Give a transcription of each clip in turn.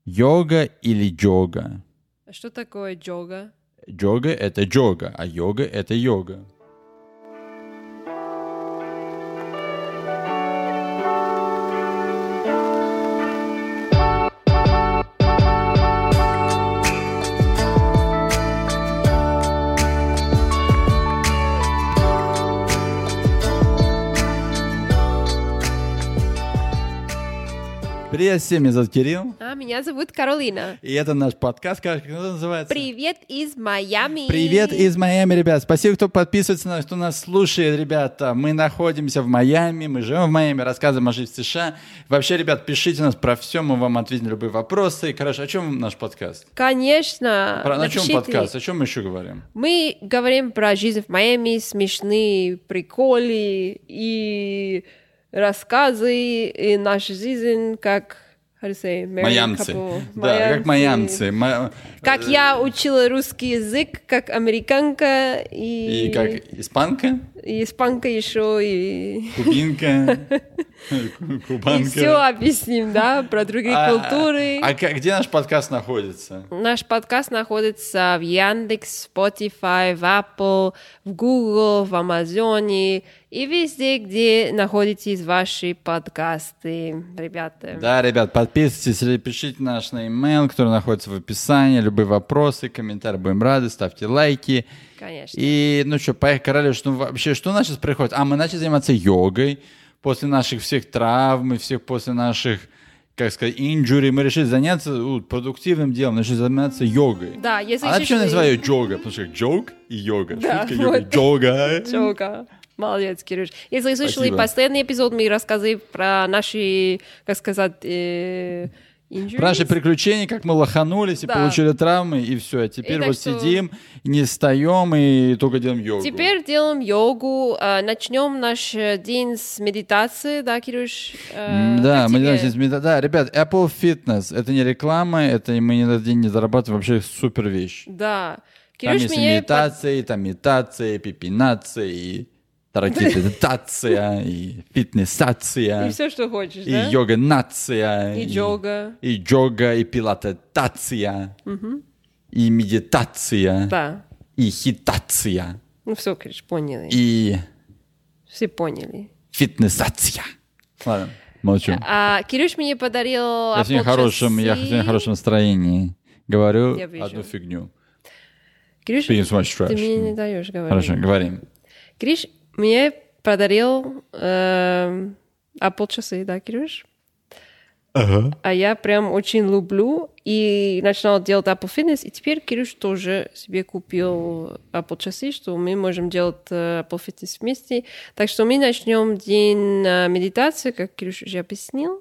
Йога или джога? А что такое джога? Джога — это джога, а йога — это йога. Привет всем, меня зовут Кирилл. А меня зовут Каролина. И это наш подкаст, как это называется? Привет из Майами. Привет из Майами, ребят. Спасибо, кто подписывается на нас, кто нас слушает, ребята. Мы находимся в Майами, мы живем в Майами, рассказываем о жизни в США. Вообще, ребят, пишите нас про все, мы вам ответим на любые вопросы. Короче, о чем наш подкаст? Конечно. На чем подкаст? О чем мы еще говорим? Мы говорим про жизнь в Майами, смешные приколы и рассказы, и наша жизнь, как... Майамцы. Да, как майамцы. Как я учила русский язык, как американка и... И как испанка? И испанка еще, и... Кубинка. Кубанка. И все объясним, да, про другие культуры. А где наш подкаст находится? Наш подкаст находится в Яндекс, Spotify, в Apple, в Google, в Амазоне и везде, где находитесь ваши подкасты, ребята. Да, ребят, подписывайтесь или пишите наш имейл, который находится в описании. Любые вопросы, комментарии, будем рады, ставьте лайки. Конечно. И, ну что, поехали, вообще, что у нас сейчас происходит? Мы начали заниматься йогой после наших всех травм, после наших, как сказать, инжури. Мы решили заняться продуктивным делом, начали заниматься йогой. Да, если А почему называю йога? Потому что джог и йога. Да, шутка йога. Джога. Джога. Молодец, Кирюш. Если слышали Спасибо. последний эпизод, мы рассказывали про наши, как сказать, injuries. Про наши приключения, как мы лоханулись и Да. получили травмы, и все. А теперь И вот так что- сидим, не встаем и только делаем йогу. Теперь делаем йогу. Начнем наш день с медитации, да, Кирюш? Да, Как мы тебе? делаем здесь да, ребят, Apple Fitness, это не реклама, это мы ни на день не зарабатываем, вообще супер вещь. Да. Там Кирюш есть мне медитации, там медитация, пипинация, и таракитация, и фитнесация, И все, что хочешь, и да? йога-нация, И джога. и джога, и пилатация, и медитация, Да. и хитация, Ну все, Кирюш, поняли. и Все поняли. фитнесация. Ладно, молчу. Кирюш мне подарил Я сегодня в хорошем настроении. Говорю Я вижу. одну фигню. Кирюш, Speaking so much trash. ты мне не даешь говорить. Хорошо, говорим. Кирюш мне подарил Apple часы, да, Кирюш? Ага. А я прям очень люблю и начинал делать Apple Fitness, и теперь Кирюш тоже себе купил Apple часы, что мы можем делать Apple Fitness вместе. Так что мы начнем день медитации, как Кирюш уже объяснил.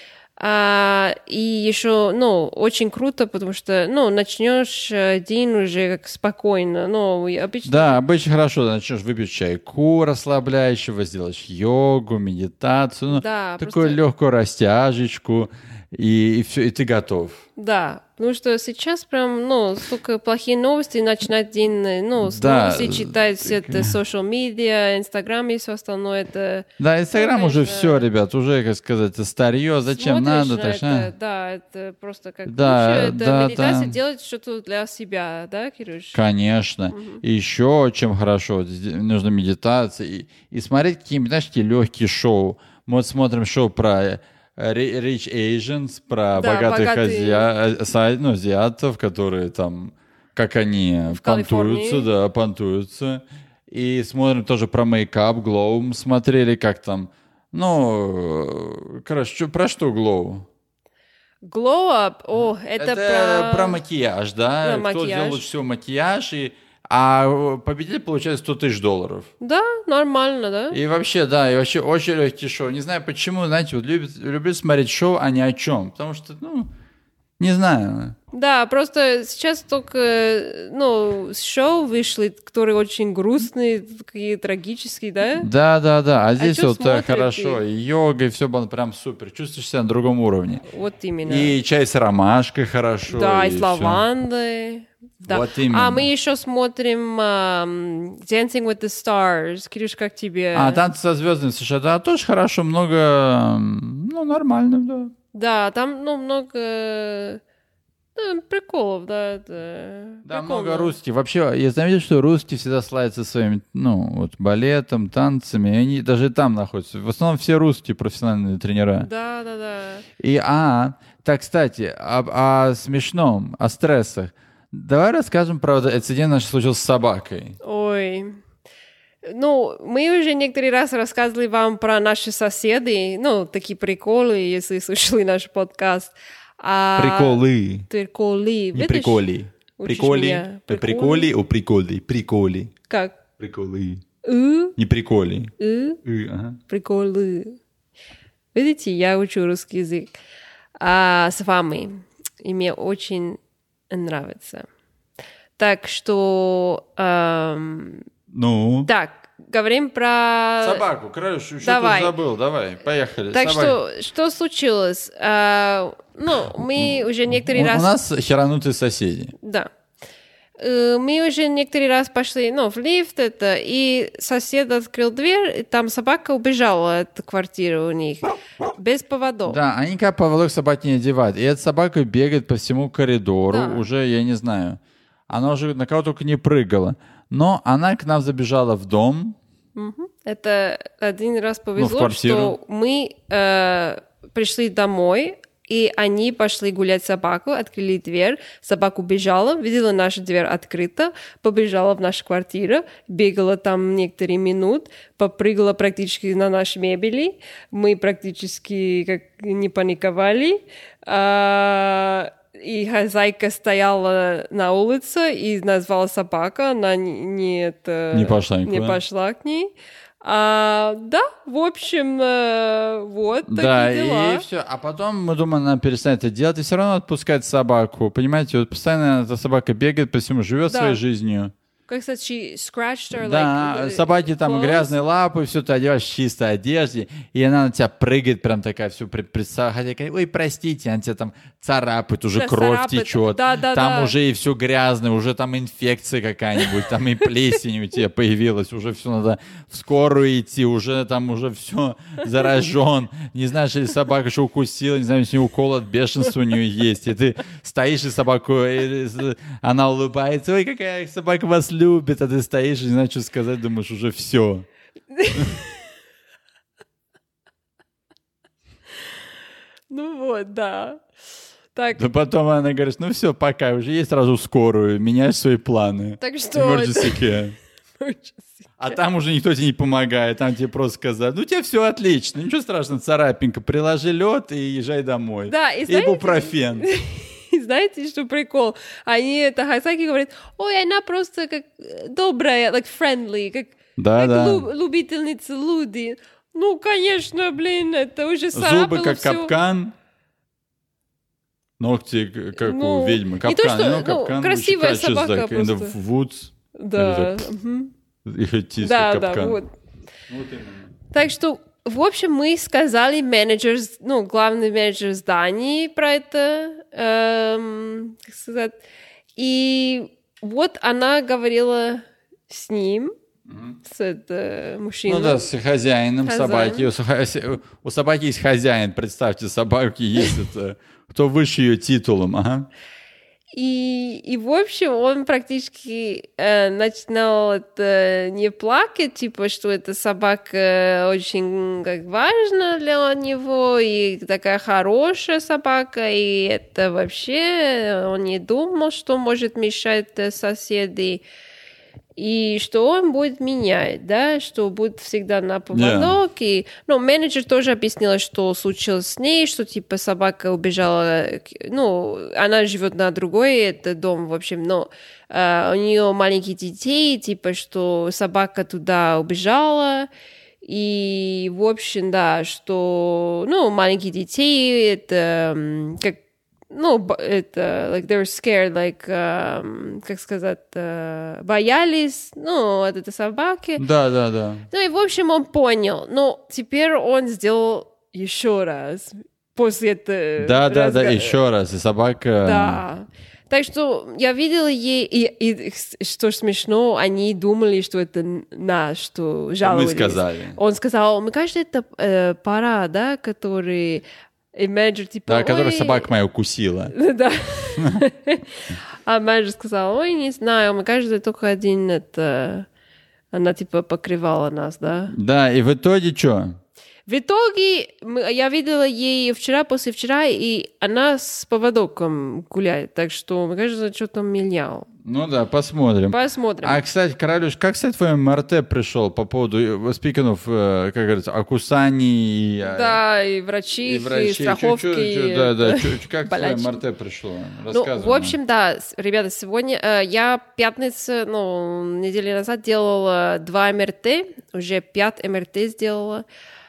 И еще, очень круто, потому что, начнешь день уже как спокойно, обычно... Да, обычно хорошо, начнешь выпить чайку расслабляющего, сделаешь йогу, медитацию, Да, такую просто- легкую растяжечку, и все, и ты готов. Да, потому что сейчас прям, столько плохие новости, начинать день, с Да, новости читать все это social media, Инстаграм и все остальное, это... Да, Инстаграм уже конечно. все, ребят, уже, как сказать, это старье, зачем Смотришь надо, на так это, да, это просто как Да, лучше, это да, медитация, да. делать что-то для себя, да, Кирюш? Конечно. И еще чем хорошо, нужно медитация и смотреть какие-нибудь, знаешь, такие легкие шоу. Мы вот смотрим шоу про Rich Asians, про Да, богатых богатые. азиатов, которые там, как они В Калифорнии. понтуются. И смотрим тоже про мейкап, Glow смотрели, как там, короче, про что Glow? Glow Up, это про макияж, да? Про Кто макияж. сделал лучше всего макияж, а победитель получает $100,000. Да, нормально, да? И вообще, да, и вообще очень легкие шоу. Не знаю почему, знаете, вот люблю смотреть шоу, а ни о чем. Потому что, не знаю. Да, просто сейчас только, шоу вышли, которые очень грустные, такие трагические, да? Да. А здесь чё вот так смотрят хорошо. И йога, и все было прям супер. Чувствуешь себя на другом уровне. Вот именно. И чай с ромашкой хорошо. Да, и и с всё. лавандой. Да. Вот именно. Мы еще смотрим Dancing with the Stars. Кирюш, как тебе? Танцы со звездами в США, да, тоже хорошо, много, нормально, да. Да, там, много приколов, да. Да, много русских. Вообще, я заметил, что русские всегда славятся своим, балетом, танцами. И они даже там находятся. В основном все русские профессиональные тренера. Да. И, так, кстати, о смешном, о стрессах. Давай расскажем про инцидент, наш случился с собакой. Ой. Мы уже некоторый раз рассказывали вам про наши соседи, такие приколы, если слушали наш подкаст. Приколы. Не видишь? Приколи. Приколи. Приколи у приколи. Приколи. Как? Приколы. Не приколи. Ага. Приколы. Видите, я учу русский язык. С вами. И мне очень нравится. Так что... Так, говорим про... Собаку, Краюш, еще тут забыл. Давай, поехали. Так что случилось? Мы уже некоторый раз... У нас херанутые соседи. Да. Мы уже некоторый раз пошли, в лифт и сосед открыл дверь, и там собака убежала от квартиры у них, без поводов. Да, они как поводок собаки не одевают. И эта собака бегает по всему коридору, уже, я не знаю, она уже на кого только не прыгала. Но она к нам забежала в дом. Это один раз повезло, что мы пришли домой, и они пошли гулять собаку, открыли дверь, собака убежала, видела нашу дверь открыта, побежала в нашу квартиру, бегала там некоторые минут, попрыгала практически на нашей мебели, мы практически как не паниковали, и хозяйка стояла на улице и назвала собака, она не пошла к ней. В общем, вот такие дела. И все. А потом мы думаем, она перестанет это делать, и все равно отпускает собаку. Понимаете, вот постоянно эта собака бегает по всему, живет своей жизнью. Как сказать, she scratched her, собаки там clothes. Грязные лапы, все, ты одеваешь в чистой одежде, и она на тебя прыгает прям такая, все, хотя, ой, простите, она тебя там царапает, уже кровь течет, там уже и все грязное, уже там инфекция какая-нибудь, там и плесень у тебя появилась, уже все надо в скорую идти, уже там уже все заражен, не знаешь, или собака что укусила, не знаю, если укол от бешенства у нее есть, и ты стоишь, и собаку, она улыбается, ой, какая собака вас любит, а ты стоишь и не знаешь, что сказать, думаешь, уже все. Да. Так. Но потом она говорит, все, пока, уже есть сразу скорую, меняешь свои планы. Так что... Emergency care. А там уже никто тебе не помогает, там тебе просто сказали, у тебя все отлично, ничего страшного, царапинка, приложи лед и езжай домой. Да, и знаете... Ибупрофен. Знаете, что прикол? Хозяйки говорят, ой, она просто как добрая, like friendly, как любительница люди. Конечно, это уже царапало. Зубы как всё. Капкан, ногти как у ведьмы. Капкан, капкан. Красивая собака просто. In the woods. Да. Их идти как капкан. Вот именно. Так что в общем, мы сказали главный менеджер зданий про это, как сказать, и вот она говорила с ним, с мужчиной. С хозяином собаки. У собаки есть хозяин, представьте, собаки есть кто выше ее титулом, ага. И в общем, он практически начинал не плакать, что эта собака очень важна для него, и такая хорошая собака, и это вообще он не думал, что может мешать соседей. И что он будет менять, что будет всегда на поводок. И, менеджер тоже объяснила, что случилось с ней, что, собака убежала, она живет на другой дом, в общем, но у нее маленькие детей, что собака туда убежала. И, в общем, что, маленькие детей, это как это, they were scared, как сказать, боялись, от этой собаки. Да. И, в общем, он понял. Но теперь он сделал еще раз. После этого Да, еще раз. И собака... Да. Так что я видела ей, и что смешно, они думали, что это наш, что жаловались. Мы сказали. Он сказал, мне кажется, это пара, которые... И менеджер типа... Да, которую «Ой». собака моя укусила. Да. А менеджер сказал, ой, не знаю, мы каждый только один, это... Она типа покрывала нас, да? Да, и в итоге что? В итоге я видела ей вчера, послевчера, и она с поводоком гуляет, так что, мне кажется, что там менял. Ну да, посмотрим. Посмотрим. А, кстати, Королюш, как, кстати, твой МРТ пришел по поводу, speaking of, как говорится, о кусании? Да, и врачи, и страховки. Да, как твой болячки. МРТ пришло? Ну, Рассказывай. в общем, да, ребята, сегодня я пятница, неделю назад делала 2 МРТ, уже 5 МРТ сделала.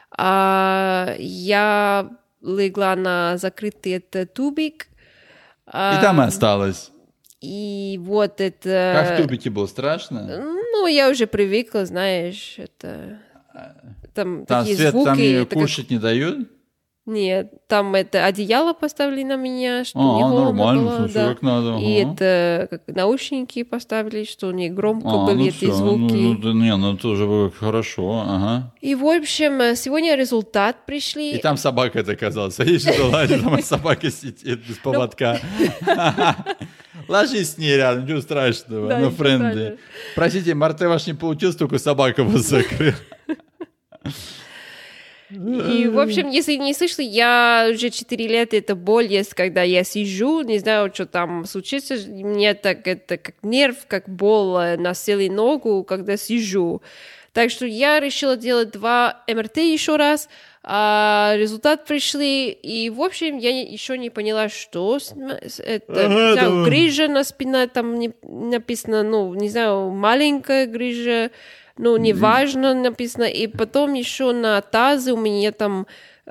Я легла на закрытый этот тубик. И там и осталось. И вот это... Как в тубике было? Страшно? Ну, я уже привыкла, знаешь, это... Там такие свет, звуки. там ее это кушать не дают? Нет, там это одеяло поставили на меня, что не холодно нормально, было. слушай, Да. как надо. И это как наушники поставили, что не громко были эти всё, звуки. тоже было хорошо, ага. И, в общем, сегодня результат пришли. И там собака это оказалась. Видишь, что ладно, там собака сидит без поводка. Ложись с ней рядом, ничего страшного, Да, ну, ничего френдли. страшного. Простите, МРТ ваш не получился, только собака вас закрыла. И, в общем, если не слышали, я уже 4 лета, это боль есть, когда я сижу, не знаю, что там случится, мне так это как нерв, как боль на целую ногу, когда сижу. Так что я решила делать 2 МРТ еще раз, а результат пришли, и, в общем, я еще не поняла, что это. Грыжа на спине, там написано, не знаю, маленькая грыжа, неважно написано. И потом еще на тазе у меня там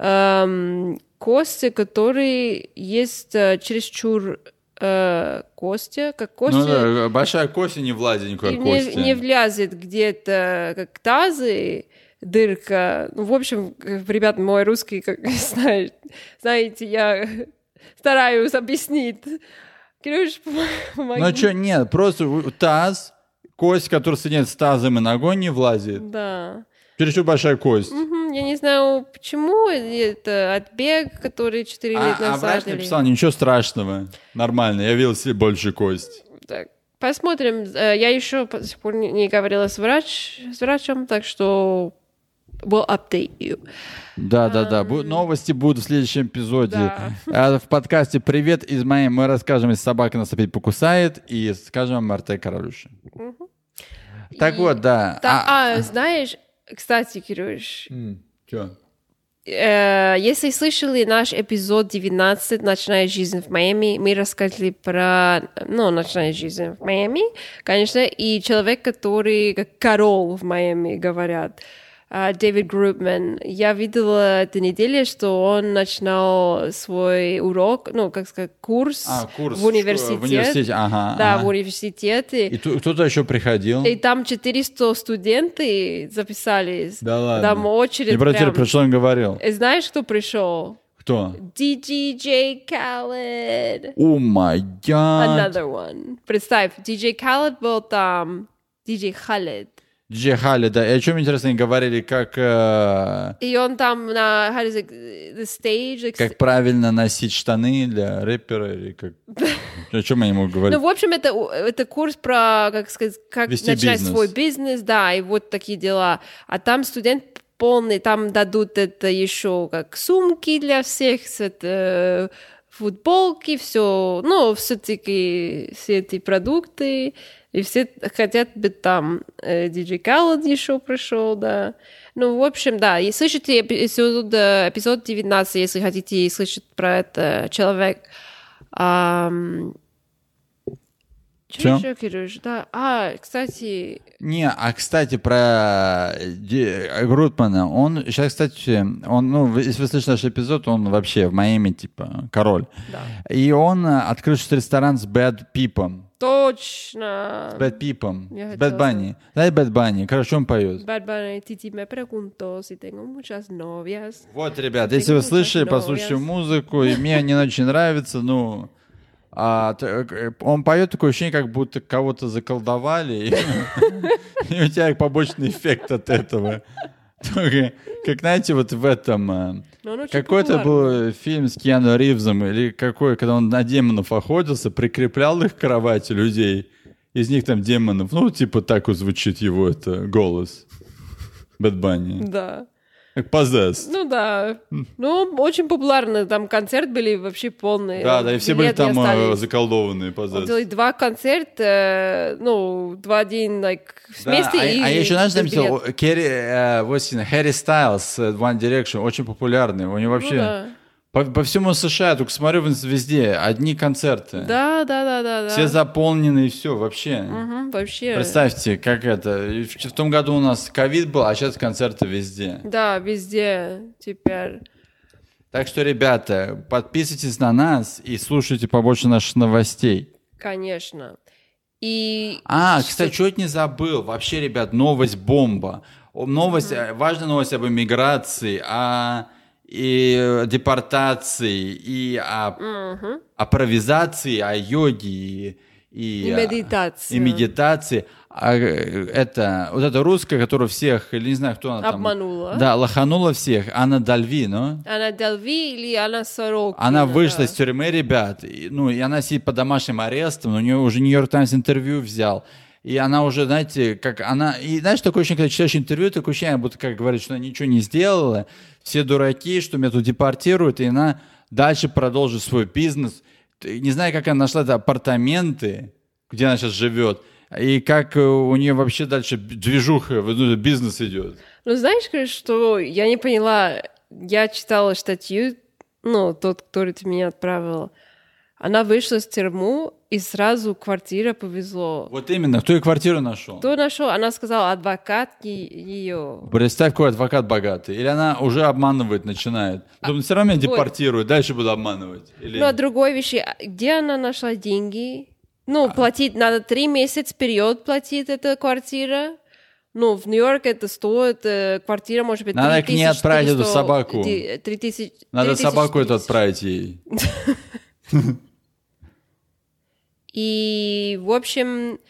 кости, которые есть чересчур кости, как кости. Ну да, большая кость и не влазит никакой кости. Не влязет где-то, как тазы, дырка. В общем, ребят, мой русский, как знаете, я стараюсь объяснить. Кирюш, помоги. Ну что, нет, просто таз, кость, которая соединяется с тазом и ногой, не влазит. Да. Чересчур большая кость. Я не знаю, почему. Это отбег, который 4 лет назад. А врач написал, ничего страшного, нормально, я видел себе больше кость. Так, посмотрим. Я еще до сих пор не говорила с врачом, так что we'll update you. Да. Новости будут в следующем эпизоде. Да. В подкасте «Привет из Майами» мы расскажем, если собака нас опять покусает, и скажем МРТ Королюши. Так вот, да. Знаешь, кстати, Кирюш, Чё? если слышали наш эпизод 19 «Ночная жизнь в Майами», мы рассказали про, ночная жизнь в Майами, конечно, и человек, который как король в Майами, говорят, Дэвид Группман. Я видела эту неделю, что он начинал свой урок, курс в университете. В университете, в университете. И кто-то еще приходил. И там 400 студентов записались. Да ладно. Там очередь. И про что он говорил? И знаешь, кто пришел? Кто? DJ Khaled. О май гад. Another one. Представь, DJ Khaled был там. DJ Khaled. Диджей Халли, да. И о чем, интересно, говорили, как... И он там на the stage... Как правильно носить штаны для рэпера, или как... О чем они ему говорили? В общем, это курс про, как начать свой бизнес, да, и вот такие дела. А там студент полный, там дадут это еще как сумки для всех, футболки, все, все-таки все эти продукты. И все хотят быть там. Диджей Khaled еще пришел, да. В общем, да. И слышите эпизод 19, если хотите слышать про это человек. Что еще, Кирюш? Да. Кстати... Кстати, про Группмана. Он сейчас, кстати, если вы слышите наш эпизод, он вообще в Майами, типа, король. Да. И он открыл ресторан с Bad Peep'ом. Точно. С Bad Peep'ом. С Bad Bunny. Знаете Bad Bunny? Короче, он поет. Bad Bunny, Titi me preguntó si tengo muchas novias. Вот, ребят, если вы слышали, послушайте музыку, и мне они очень нравятся, он поет, такое ощущение, как будто кого-то заколдовали, и у тебя побочный эффект от этого. Как, знаете, вот в этом... Но он очень Какой-то популярный. был фильм с Киану Ривзом, или какой, когда он на демонов охотился, прикреплял их к кровати людей. Из них там демонов. Ну, типа так вот звучит его это голос. Бэд Банни. Да. Как Possessed. Ну да. Ну, очень популярно. Там концерт были вообще полные. Да, и все были Билеты не там остались. заколдованные Он Possessed. делает 2 концерта, 2 дня вместе. Да, и я еще, знаешь, без заметил, билета. Хэри Стайлз, One Direction, очень популярный. У него вообще да. по всему США, только смотрю везде, одни концерты. Да. Все заполнены и все, вообще. Вообще. Представьте, как это. В том году у нас ковид был, а сейчас концерты везде. Да, везде теперь. Так что, ребята, подписывайтесь на нас и слушайте побольше наших новостей. Конечно. И... Кстати, чуть не забыл. Вообще, ребят, новость бомба. Важная новость об иммиграции, и депортации, и о импровизации, о йоге, и медитации. И медитации. Это русская, которая всех, или не знаю, кто она там. Обманула. Да, лоханула всех. Анна Дальви, ну. Анна Дальви или Анна Сорокина. Она вышла из тюрьмы, ребят. И она сидит под домашним арестом, но у нее уже Нью-Йорк Таймс интервью взял. И она уже, знаете, как она... И знаешь, такое ощущение, когда читаешь интервью, такое ощущение, будто как говорит, что она ничего не сделала, все дураки, что меня тут депортируют, и она дальше продолжит свой бизнес. Не знаю, как она нашла апартаменты, где она сейчас живет, и как у нее вообще дальше движуха, бизнес идет. Ну, знаешь, что я не поняла, я читала статью, тот, который ты меня отправил, она вышла из тюрьмы, и сразу квартира повезло. Вот именно, кто ей квартиру нашел? Кто нашел? Она сказала, адвокат ее. Представь, какой адвокат богатый. Или она уже обманывает, начинает. Думаю, все равно меня депортируют, дальше буду обманывать. Или... Ну, а другой вещи, где она нашла деньги? Платить надо 3 месяца вперед платить эта квартира. В Нью-Йорке это стоит, квартира может быть 3400. Надо к ней отправить эту собаку. 3000. Надо собаку эту отправить ей. И, в общем,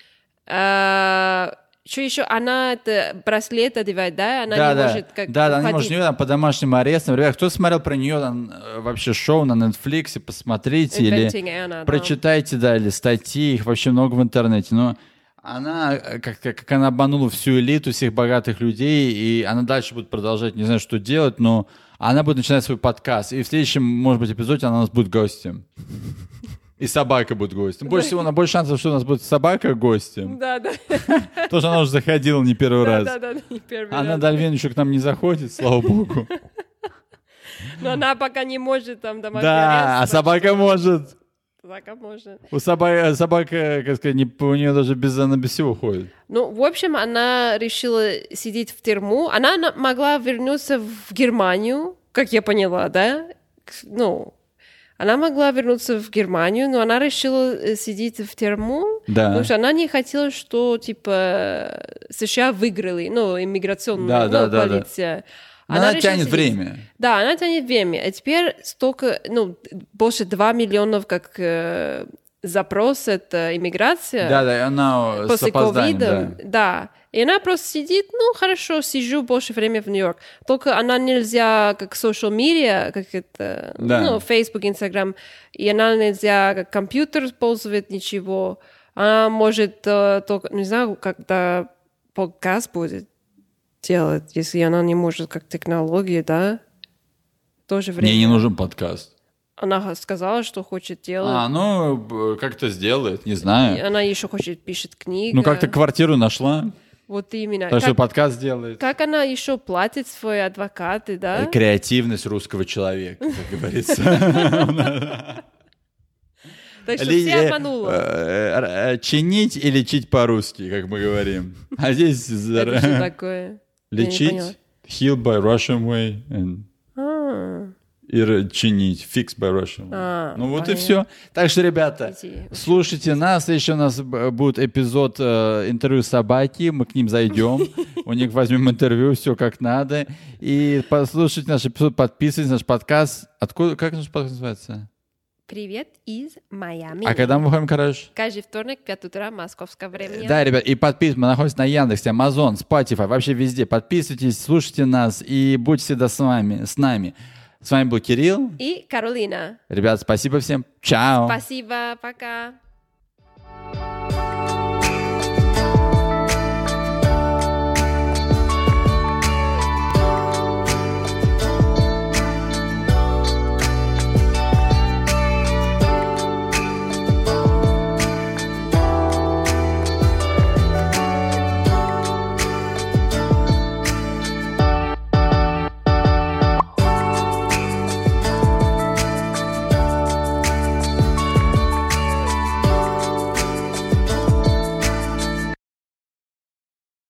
что еще? Она это браслет одевает, да? Она не может как она не может, по домашним арестам. Ребят, кто смотрел про нее вообще шоу на Netflix, посмотрите или Anna, прочитайте, или статьи, их вообще много в интернете. Но она, как она обманула всю элиту, всех богатых людей, и она дальше будет продолжать, не знаю, что делать, но она будет начинать свой подкаст. И в следующем, может быть, эпизоде она у нас будет гостем. И собака будет гостем. Больше всего, больше шансов, что у нас будет собака гостем. Да. Потому что она уже заходила не первый раз. Да, не первый раз. Она Дальвин еще к нам не заходит, слава богу. Но она пока не может там домашний Да, а собака может. Собака может. Собака, как сказать, у нее даже она без всего ходит. В общем, она решила сидеть в тюрьму. Она могла вернуться в Германию, как я поняла, да? Она могла вернуться в Германию, но она решила сидеть в тюрьму, потому что она не хотела, что, США выиграли, иммиграционная полиция. Она тянет время. Да, она тянет время. А теперь столько, больше 2 миллиона, как запрос, это иммиграция. Да, она после с опозданием, ковида. Да. И она просто сидит, хорошо, сижу больше времени в Нью-Йорк. Только она нельзя, как social media, как это, Facebook, Instagram, и она нельзя, как компьютер пользовать, ничего. Она может только, не знаю, когда подкаст будет делать, если она не может, как технология, да? В то же время. Мне не нужен подкаст. Она сказала, что хочет делать. Как-то сделает, не знаю. И она еще пишет книгу. Как-то квартиру нашла. Вот именно. Так что подкаст делает. Как она еще платит свои адвокаты, да? Креативность русского человека, как говорится. Так что все обманула. Чинить и лечить по-русски, как мы говорим. А здесь... Это что такое? Лечить, heal by Russian way. И чинить, fix by Russian way. Вот и все. Так что, ребята, слушайте нас. Еще у нас будет эпизод интервью собаки. Мы к ним зайдем. У них возьмем интервью, все как надо. И послушайте наш эпизод, подписывайтесь на наш подкаст. Откуда, как наш подкаст называется? Привет из Майами. А когда мы выходим, короче? Каждый вторник, 5 утра, московское время. Да, ребят, и подписывайтесь. Мы находимся на Яндексе, Amazon, Spotify, вообще везде. Подписывайтесь, слушайте нас и будьте всегда с нами. С вами был Кирилл. И Каролина. Ребят, спасибо всем. Чао. Спасибо, пока.